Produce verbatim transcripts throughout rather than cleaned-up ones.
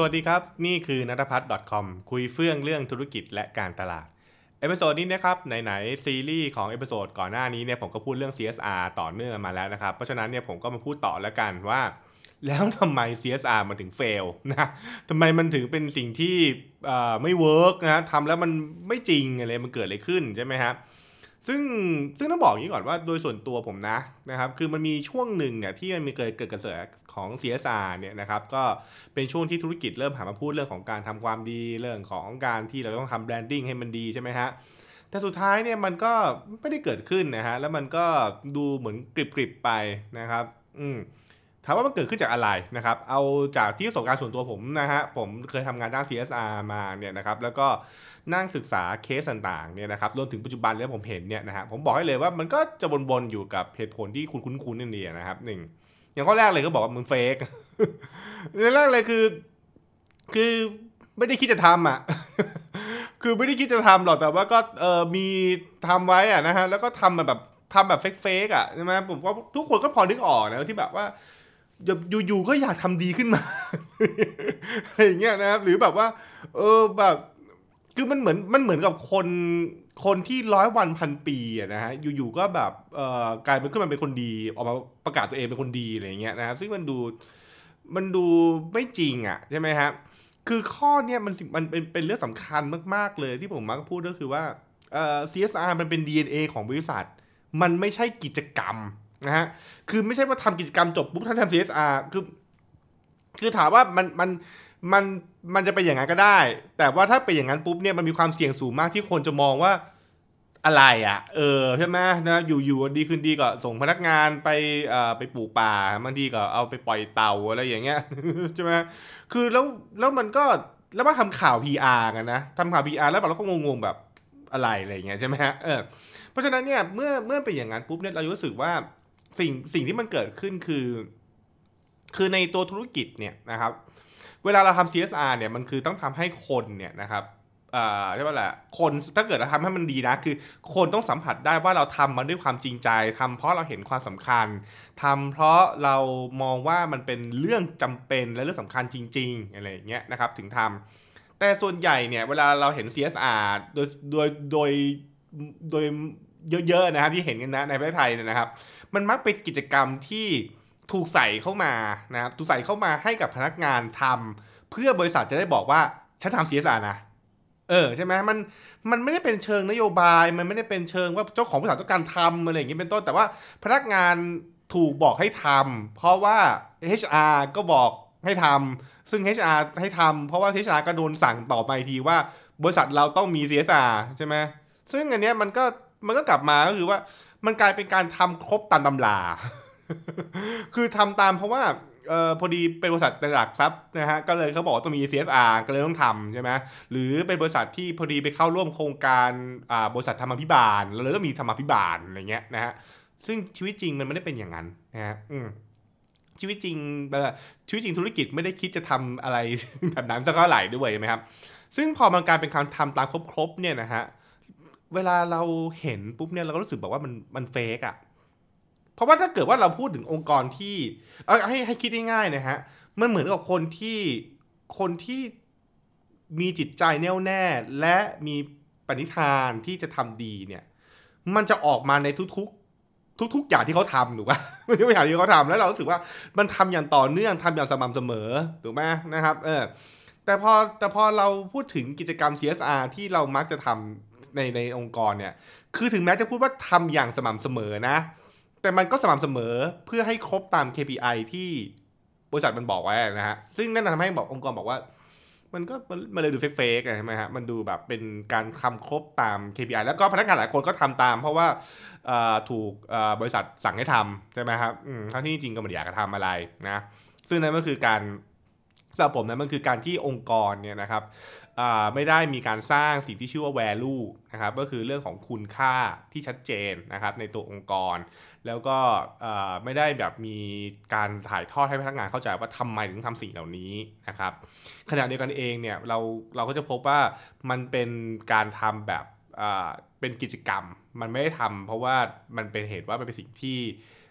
วัสดีครับนี่คือนัทพัฒน์ .com คุยเฟื่องเรื่องธุรกิจและการตลาดเอพิโซดนี้นะครับไหนๆซีรีส์ของเอพิโซดก่อนหน้านี้เนี่ยผมก็พูดเรื่อง ซี เอส อาร์ ต่อเนื่องมาแล้วนะครับเพราะฉะนั้นเนี่ยผมก็มาพูดต่อแล้วกันว่าแล้วทำไม ซี เอส อาร์ มันถึงเฟลนะทำไมมันถึงเป็นสิ่งที่ไม่เวิร์กนะทำแล้วมันไม่จริงอะไรมันเกิดอะไรขึ้นใช่ไหมครับซึ่งซึ่งต้องบอกอย่างนี้ก่อนว่าโดยส่วนตัวผมนะนะครับคือมันมีช่วงหนึ่งเนี่ยที่มันมีเกิดเกิดกระแสของ ซี เอส อาร์ เนี่ยนะครับก็เป็นช่วงที่ธุรกิจเริ่มหันมาพูดเรื่องของการทำความดีเรื่องของการที่เราต้องทำแบรนดิ้งให้มันดีใช่ไหมฮะแต่สุดท้ายเนี่ยมันก็ไม่ได้เกิดขึ้นนะฮะแล้วมันก็ดูเหมือนกริบๆไปนะครับอืมถามว่ามันเกิดขึ้นจากอะไรนะครับเอาจากที่ประสบการณ์ส่วนตัวผมนะฮะผมเคยทำงานด้าน ซี เอส อาร์ มาเนี่ยนะครับแล้วก็นั่งศึกษาเคสต่างๆเนี่ยนะครับรวมถึงปัจจุบันแล้วผมเห็นเนี่ยนะฮะผมบอกให้เลยว่ามันก็จะวนๆอยู่กับเหตุผลที่คุณคุ้นๆนั่นเองนะครับหนึ่งอย่างข้อแรกเลยก็บอกว่ามึงเฟกเรื่องแรกเลยคือคือไม่ได้คิดจะทำอ่ะคือไม่ได้คิดจะทำหรอกแต่ว่าก็เออมีทำไว้อ่ะนะฮะแล้วก็ทำแบบทำแบบเฟกๆอ่ะใช่ไหมผมว่าทุกคนก็พอนึกออกนะที่แบบว่าอยู่ๆก็อยากทำดีขึ้นมาอะไรอย่างเงี้ยนะครับหรือแบบว่าเออแบบคือมันเหมือนมันเหมือนกับคนคนที่ร้อยวันพันปีอะนะฮะอยู่ๆก็แบบเอ่อกลายเป็นขึ้นมาเป็นคนดีออกมาประกาศตัวเองเป็นคนดีอะไรอย่างเงี้ยนะฮะซึ่งมันดูมันดูไม่จริงอ่ะใช่ไหมฮะคือข้อเนี้ยมันมันเป็นเป็นเรื่องสำคัญมากๆเลยที่ผมมักพูดก็คือว่าเอ่อ ซี เอส อาร์ มันเป็น ดี เอ็น เอ ของบริษัทมันไม่ใช่กิจกรรมนะฮะคือไม่ใช่ว่าทำกิจกรรมจบปุ๊บท่านทำ ซี เอส อาร์ คือคือถามว่ามันมันมันมันจะเป็นอย่างนั้นก็ได้แต่ว่าถ้าเป็นอย่างนั้นปุ๊บเนี่ยมันมีความเสี่ยงสูงมากที่คนจะมองว่าอะไรอ่ะเออใช่ไหมนะอยู่ๆดีคืนดีก็ส่งพนักงานไปเอ่อไปปลูกป่าบางทีก็เอาไปปล่อยเต่าอะไรอย่างเงี้ยใช่ไหมคือแล้วแล้วมันก็แล้วมาทำข่าว พี อาร์ กันนะทำข่าว พี อาร์ แล้วแบบเราก็งงๆแบบอะไรอะไรอย่างเงี้ยใช่ไหมฮะเออเพราะฉะนั้นเนี่ยเมื่อเมื่อเป็นอย่างนั้นปุ๊บเนี่ยเรารู้สึกว่าสิ่งสิ่งที่มันเกิดขึ้นคือคือในตัวธุรกิจเนี่ยนะครับเวลาเราทำ ซี เอส อาร์ เนี่ยมันคือต้องทำให้คนเนี่ยนะครับอ่าใช่ป่ะแหละคนถ้าเกิดเราทำให้มันดีนะคือคนต้องสัมผัสได้ว่าเราทำมันด้วยความจริงใจทำเพราะเราเห็นความสำคัญทำเพราะเรามองว่ามันเป็นเรื่องจำเป็นและเรื่องสำคัญจริงๆอะไรอย่างเงี้ยนะครับถึงทำแต่ส่วนใหญ่เนี่ยเวลาเราเห็น ซี เอส อาร์ โดยโดยโดยโดยเยอะๆนะครับที่เห็นกันนะในประเทศไทยเนี่ยนะครับมันมักเป็นกิจกรรมที่ถูกใส่เข้ามานะครับถูกใส่เข้ามาให้กับพนักงานทำเพื่อบริษัทจะได้บอกว่าฉันทำ ซี เอส อาร์ นะเออใช่ไหมมันมันไม่ได้เป็นเชิงนโยบายมันไม่ได้เป็นเชิงว่าเจ้าของบริษัทต้องการทำอะไรอย่างนี้เป็นต้นแต่ว่าพนักงานถูกบอกให้ทำเพราะว่า เอช อาร์ ก็บอกให้ทำซึ่ง เอช อาร์ ให้ทำเพราะว่า เอช อาร์ ก็โดนสั่งต่อไปทีว่าบริษัทเราต้องมี ซี เอส อาร์ ใช่ไหมซึ่งอันเนี้ยมันก็มันก็กลับมาก็คือว่ามันกลายเป็นการทำครบตามตำราคือทำตามเพราะว่าเออพอดีเป็นบริษัทในหลักทรัพย์นะฮะก็เลยเขาบอกต้องมี ซี เอส อาร์ ก็เลยต้องทำใช่ไหมหรือเป็นบริษัทที่พอดีไปเข้าร่วมโครงการอ่าบริษัทธรรมาภิบาลแล้วเลยต้องมีธรรมาภิบาลอะไรเงี้ยนะฮะซึ่งชีวิตจริงมันไม่ได้เป็นอย่างนั้นนะฮะอืมชีวิตจริงชีวิตจริงธุรกิจไม่ได้คิดจะทำอะไรแบบนั้นสักเท่าไหร่ด้วยใช่ไหมครับซึ่งพอมันกลายเป็นการทำตามครบๆเนี่ยนะฮะเวลาเราเห็นปุ๊บเนี่ยเราก็รู้สึกแบบว่ามันมันเฟกอะ เพราะว่าถ้าเกิดว่าเราพูดถึงองค์กรที่เอาให้ให้คิดง่ายๆนะฮะมันเหมือนกับคนที่คนที่มีจิตใจแน่วแน่และมีปณิธานที่จะทำดีเนี่ยมันจะออกมาในทุกๆทุกๆอย่างที่เขาทำถูกป่ะไม่ใช่อย่างที่เขาทำแล้วเรารู้สึกว่ามันทำอย่างต่อเนื่องทำอย่างสม่ำเสมอถูกไหมนะครับเออแต่พอแต่พอเราพูดถึงกิจกรรม ซี เอส อาร์ ที่เรามักจะทำในในองค์กรเนี่ยคือถึงแม้จะพูดว่าทำอย่างสม่ำเสมอนะ แต่มันก็สม่ำเสมอเพื่อให้ครบตาม เค พี ไอ ที่บริษัทมันบอกไว้นะฮะซึ่งนั่นทำให้บอกองค์กรบอกว่ามันก็มันเลยดูเฟกๆใช่ไหมฮะมันดูแบบเป็นการทำครบตาม เค พี ไอ แล้วก็พนักงานหลายคนก็ทำตามเพราะว่าถูกบริษัทสั่งให้ทำใช่ไหมครับทั้งที่จริงก็ไม่ได้อยากจะทำอะไรนะซึ่งนั่นก็คือการสำหรับผมนะมันคือการที่องค์กรเนี่ยนะครับไม่ได้มีการสร้างสิ่งที่ชื่อว่า value นะครับก็คือเรื่องของคุณค่าที่ชัดเจนนะครับในตัวองค์กรแล้วก็ไม่ได้แบบมีการถ่ายทอดให้พนักงานเข้าใจว่าทำไมถึงทำสิ่งเหล่านี้นะครับขณะเดียวกันเองเนี่ยเราเราก็จะพบว่ามันเป็นการทำแบบเป็นกิจกรรมมันไม่ได้ทำเพราะว่ามันเป็นเหตุว่ามันเป็นสิ่งที่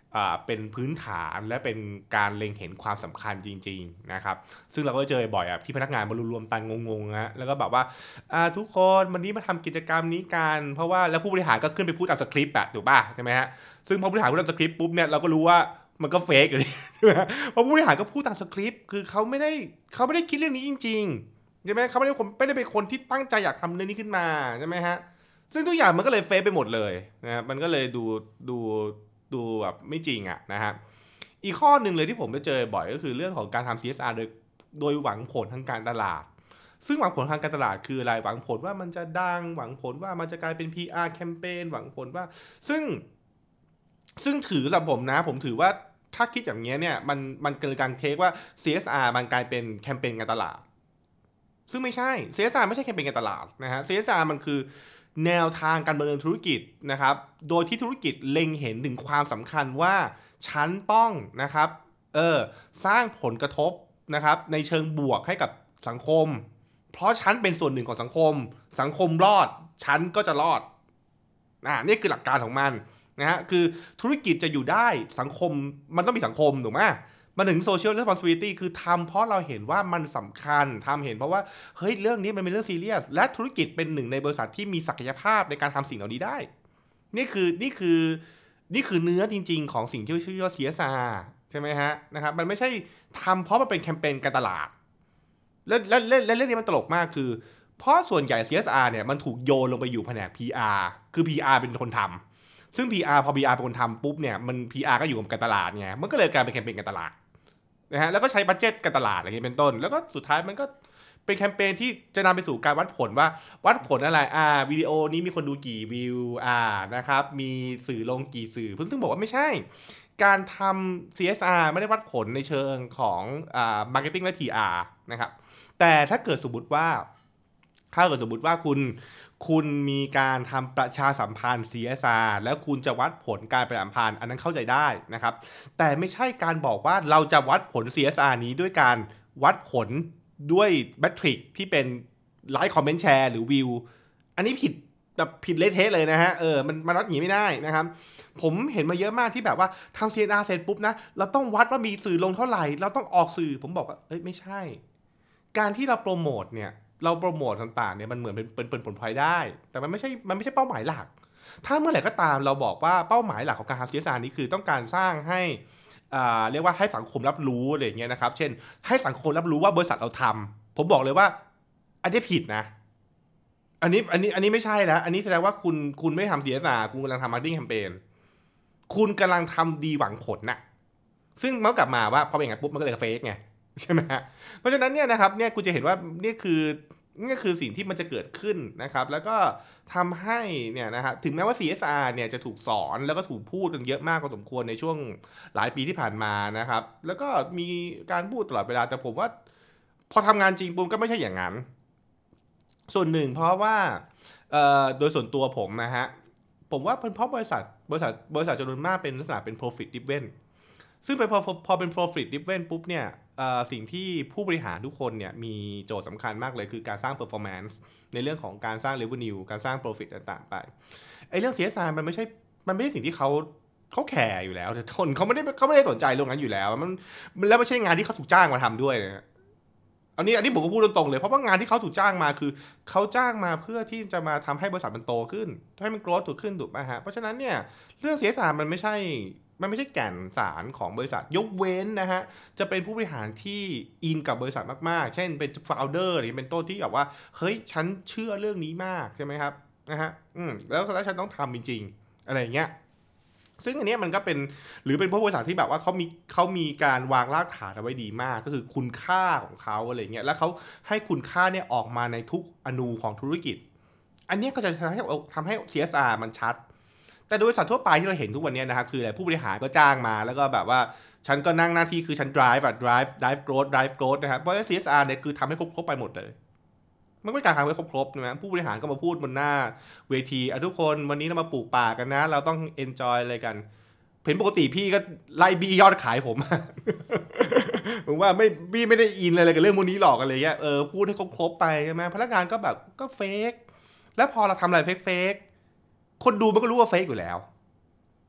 อ่าเป็นพื้นฐานและเป็นการเล็งเห็นความสำคัญจริงๆนะครับซึ่งเราก็เจอบ่อยอ่ะที่พนักงานมารวมๆตันงงๆนะแล้วก็แบบว่าอ่าทุกคนวันนี้มาทำกิจกรรมนี้กันเพราะว่าแล้วผู้บริหารก็ขึ้นไปพูดตามสคริปต์อะถูกป่ะใช่ไหมฮะซึ่งพอผู้บริหารพูดตามสคริปต์ปุ๊บเนี่ยเราก็รู้ว่ามันก็เฟกอยู่ดีใช่ไหมเพราะผู้บริหารก็พูดตามสคริปต์คือเขาไม่ได้เขาไม่ได้คิดเรื่องนี้จริงๆใช่ไหมเขาไม่ได้ไม่ได้เป็นคนที่ตั้งใจอยากทำเรื่องนี้ขึ้นมาใช่ไหมฮะซึ่งทุกอย่างมันก็เลยเฟกไปหมดเลยนะมันก็เลยดูดูดูแบบไม่จริงอะนะฮะอีกข้อหนึ่งเลยที่ผมไปเจอบ่อยก็คือเรื่องของการทำ ซี เอส อาร์ โดยโดยหวังผลทางการตลาดซึ่งหวังผลทางการตลาดคืออะไรหวังผลว่ามันจะดังหวังผลว่ามันจะกลายเป็น พี อาร์ แคมเปญหวังผลว่าซึ่งซึ่งถือสำหรับผมนะผมถือว่าถ้าคิดอย่างเงี้ยเนี่ยมันมันเกิดการเทคว่า ซี เอส อาร์ มันกลายเป็นแคมเปญการตลาดซึ่งไม่ใช่ ซี เอส อาร์ ไม่ใช่แคมเปญการตลาดนะฮะ ซี เอส อาร์ มันคือแนวทางการดำเนินธุรกิจนะครับโดยที่ธุรกิจเล็งเห็นถึงความสำคัญว่าฉันต้องนะครับเออสร้างผลกระทบนะครับในเชิงบวกให้กับสังคมเพราะฉันเป็นส่วนหนึ่งของสังคมสังคมรอดฉันก็จะรอดอ่านี่คือหลักการของมันนะฮะคือธุรกิจจะอยู่ได้สังคมมันต้องมีสังคมถูกไหมมาถึง social responsibility คือทำเพราะเราเห็นว่ามันสำคัญทำเห็นเพราะว่าเฮ้ยเรื่องนี้มันเป็นเรื่องซีเรียสและธุรกิจเป็นหนึ่งในบริษัทที่มีศักยภาพในการทำสิ่งเหล่านี้ได้นี่คือนี่คือนี่คือเนื้อจริงๆของสิ่งที่ชื่อว่า ซี เอส อาร์ ใช่ไหมฮะนะครับมันไม่ใช่ทำเพราะมันเป็นแคมเปญการตลาดและและและและเรื่องนี้มันตลกมากคือเพราะส่วนใหญ่ ซี เอส อาร์ เนี่ยมันถูกโยนลงไปอยู่แผนก พี อาร์ คือ พี อาร์ เป็นคนทำซึ่ง พี อาร์ พอ พี อาร์ เป็นคนทำปุ๊บเนี่ยมัน พี อาร์ ก็อยู่กับการตลาดไงมันก็เลยกลายเป็นแคมเปญการตลาดนะฮะแล้วก็ใช้บัดเจ็ตการตลาดอะไรอย่างนี้เป็นต้นแล้วก็สุดท้ายมันก็เป็นแคมเปญที่จะนำไปสู่การวัดผลว่าวัดผลอะไรอ่าวิดีโอนี้มีคนดูกี่วิวอ่านะครับมีสื่อลงกี่สื่อซึ่งบอกว่าไม่ใช่การทำ ซี เอส อาร์ ไม่ได้วัดผลในเชิงของอ่า marketing และ พี อาร์ นะครับแต่ถ้าเกิดสมมติว่าถ้าเกิดสมมติว่าคุณคุณมีการทำประชาสัมพันธ์ ซี เอส อาร์ แล้วคุณจะวัดผลการประชาสัมพันธ์อันนั้นเข้าใจได้นะครับแต่ไม่ใช่การบอกว่าเราจะวัดผล ซี เอส อาร์ นี้ด้วยการวัดผลด้วยแมทริกที่เป็นไลค์คอมเมนต์แชร์หรือวิวอันนี้ผิดแบบผิดเละเทะเลยนะฮะเออมันมันวัดอย่างนี้ไม่ได้นะครับผมเห็นมาเยอะมากที่แบบว่าทำ ซี เอส อาร์ เสร็จปุ๊บนะเราต้องวัดว่ามีสื่อลงเท่าไหร่เราต้องออกสื่อผมบอกว่าเอ้ยไม่ใช่การที่เราโปรโมทเนี่ยเราโปรโมทต่างๆเนี่ยมันเหมือนเป็นเป็นเป็นผลพลอยได้แต่มันไม่ใช่มันไม่ใช่เป้าหมายหลักถ้าเมื่อไหร่ก็ตามเราบอกว่าเป้าหมายหลักของการทำ ซี เอส อาร์ นี้คือต้องการสร้างให้อ่าเรียกว่าให้สังคมรับรู้อะไรอย่างเงี้ยนะครับเช่นให้สังคมรับรู้ว่าบริษัทเราทำผมบอกเลยว่าอันนี้ผิดนะอันนี้อันนี้อันนี้ไม่ใช่แล้วอันนี้แสดงว่าคุณคุณไม่ทำ ซี เอส อาร์ คุณกำลังทำ marketing campaign คุณกำลังทำดีหวังผลน่ะซึ่งมันกลับมาว่าพอเป็นอย่างนั้นปุ๊บมันก็เลยเฟกไงใช่ไหมฮะเพราะฉะนั้นเนี่ยนะครับเนี่ยคุณจะเห็นว่านี่คือนี่คือสิ่งที่มันจะเกิดขึ้นนะครับแล้วก็ทำให้เนี่ยนะฮะถึงแม้ว่า ซี เอส อาร์ เนี่ยจะถูกสอนแล้วก็ถูกพูดกันเยอะมากพอสมควรในช่วงหลายปีที่ผ่านมานะครับแล้วก็มีการพูดตลอดเวลาแต่ผมว่าพอทำงานจริงปุ๊บก็ไม่ใช่อย่างนั้นส่วนหนึ่งเพราะว่าโดยส่วนตัวผมนะฮะผมว่าเป็นเพราะบริษัทบริษัทบริษัทจำนวนมากเป็นลักษณะเป็น profit driven ซึ่งไปพอพอเป็น profit driven ปุ๊บเนี่ยสิ่งที่ผู้บริหารทุกคนเนี่ยมีโจทย์สำคัญมากเลยคือการสร้าง performance ในเรื่องของการสร้าง revenue การสร้าง profit ต่างๆไปไอ้เรื่อง ซี เอส อาร์ มันไม่ใช่มันไม่ใช่สิ่งที่เขาเขาแคร์อยู่แล้วแต่ทนเขาไม่ได้เขาไม่ได้สนใจเรื่องนั้นอยู่แล้วมันแล้วไม่ใช่งานที่เขาถูกจ้างมาทำด้วยนะอันนี้อันนี้ผมก็พูดตรงๆเลยเพราะว่างานที่เขาถูกจ้างมาคือเขาจ้างมาเพื่อที่จะมาทำให้บริษัทมันโตขึ้นให้มันโกรธถูกขึ้นถูกไหมฮะเพราะฉะนั้นเนี่ยเรื่อง ซี เอส อาร์ มันไม่ใช่มันไม่ใช่แก่นสารของบริษัทยกเว้นนะฮะจะเป็นผู้บริหารที่อินกับบริษัทมากๆเช่นเป็น founder หรือเป็นต้นที่แบบว่าเฮ้ยฉันเชื่อเรื่องนี้มากใช่ไหมครับนะฮะอืมแล้วแล้วฉันต้องทำจริงๆอะไรอย่างเงี้ยซึ่งอันนี้มันก็เป็นหรือเป็นพวกบริษัทที่แบบว่าเขามีเขามีการวางรากฐานเอาไว้ดีมากก็คือคุณค่าของเขาอะไรเงี้ยแล้วเขาให้คุณค่าเนี่ยออกมาในทุกอนูของธุรกิจอันนี้ก็จะทำให้ทำให้ ซี เอส อาร์ มันชัดแต่โดยบริษัททั่วไปที่เราเห็นทุกวันนี้นะครับคืออะไรผู้บริหารก็จ้างมาแล้วก็แบบว่าฉันก็นั่งหน้าที่คือฉัน drive อะ drive drive growth drive growth นะครับเพราะ ซี เอส อาร์ เนี่ยคือทำให้ครบๆไปหมดเลยมันเป็นการทำให้ครบๆนะผู้บริหารก็มาพูดบนหน้าเวทีอ่ะทุกคนวันนี้เรามาปลูกป่ากันนะเราต้อง enjoy อะไรกันเห็นปกติพี่ก็ไล่บี้ยอดขายผม ผมว่าไม่บี้ไม่ได้อินอะไรกับเรื่องพวกนี้หรอกอะไรเงี้ยเออพูดให้ครบๆไปใช่ไหมพนักงานก็แบบก็เฟกแล้วพอเราทำอะไรเฟกๆคนดูมันก็รู้ว่าเฟกอยู่แล้ว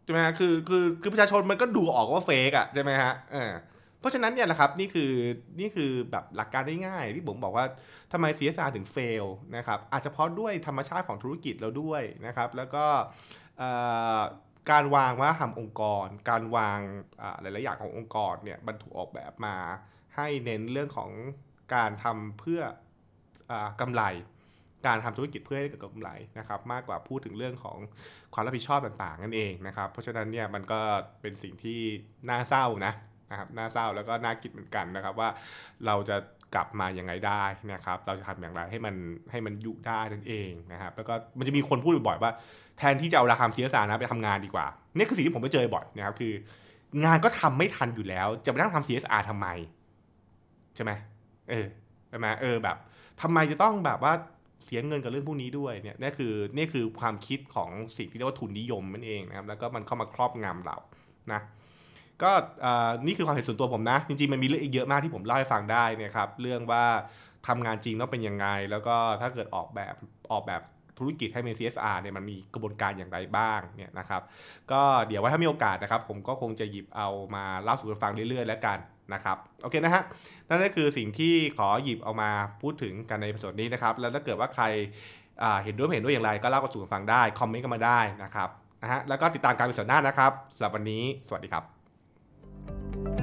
ใช่ไหมฮะคือคือคือประชาชนมันก็ดูออกว่าเฟกอ่ะใช่ไหมฮะเออเพราะฉะนั้นเนี่ยแหละครับนี่คือนี่คือแบบหลักการได้ง่ายที่ผมบอกว่าทำไม ซี เอส อาร์ ถึงเฟลนะครับอาจจะเพราะด้วยธรรมชาติของธุรกิจเราด้วยนะครับแล้วก็เอ่อการวางวัฒนธรรมองค์กรการวางอ่าหลายๆอย่างขององค์กรเนี่ยมันถูกออกแบบมาให้เน้นเรื่องของการทำเพื่ออ่ากำไรการทำธุรกิจเพื่อให้เกิดกำไรนะครับมากกว่าพูดถึงเรื่องของ ความรับผิดชอบต่างๆนั่นเองนะครับเพราะฉะนั้นเนี่ยมันก็เป็นสิ่งที่น่าเศร้านะนะครับน่าเศร้าแล้วก็น่าคิดเหมือนกันนะครับว่าเราจะกลับมาอย่างไรได้นะครับเราจะทำอย่างไรให้มันให้มันอยู่ได้นั่นเองนะครับแล้วก็มันจะมีคนพูดบ่อยๆว่าแทนที่จะเอาราคา ซี เอส อาร์ นะไปทำงานดีกว่านี่คือสิ่งที่ผมไปเจอบ่อยนะครับคืองานก็ทำไม่ทันอยู่แล้วจะไปนั่งทำ ซี เอส อาร์ ทำไมใช่ไหมเออใช่ไหมเออแบบทำไมจะต้องแบบว่าเสียเงินกับเรื่องพวกนี้ด้วยเนี่ยนี่คือนี่คือความคิดของสิ่งที่เรียกว่าทุนนิยมนั่นเองนะครับแล้วก็มันเข้ามาครอบงำเรานะก็นี่คือความเห็นส่วนตัวผมนะจริงๆมันมีเรื่องอีกเยอะมากที่ผมเล่าให้ฟังได้นะครับเรื่องว่าทำงานจริงต้องเป็นยังไงแล้วก็ถ้าเกิดออกแบบออกแบบธุรกิจให้เป็น ซี เอส อาร์ เนี่ยมันมีกระบวนการอย่างไรบ้างเนี่ยนะครับก็เดี๋ยวว่าถ้ามีโอกาสนะครับผมก็คงจะหยิบเอามาเล่าสู่กันฟังเรื่อยๆแล้วกันนะครับโอเคนะฮะ นั่นก็คือสิ่งที่ขอหยิบเอามาพูดถึงกันในตอนนี้นะครับแล้วถ้าเกิดว่าใครเห็นด้วยไม่เห็นด้วยอย่างไรก็เล่ากันสู่กันฟังได้คอมเมนต์กันมาได้นะครับนะฮะแล้วก็ติดตามการเป็นส่วนหน้านะครับสำหรับวันนี้สวัสดีครับ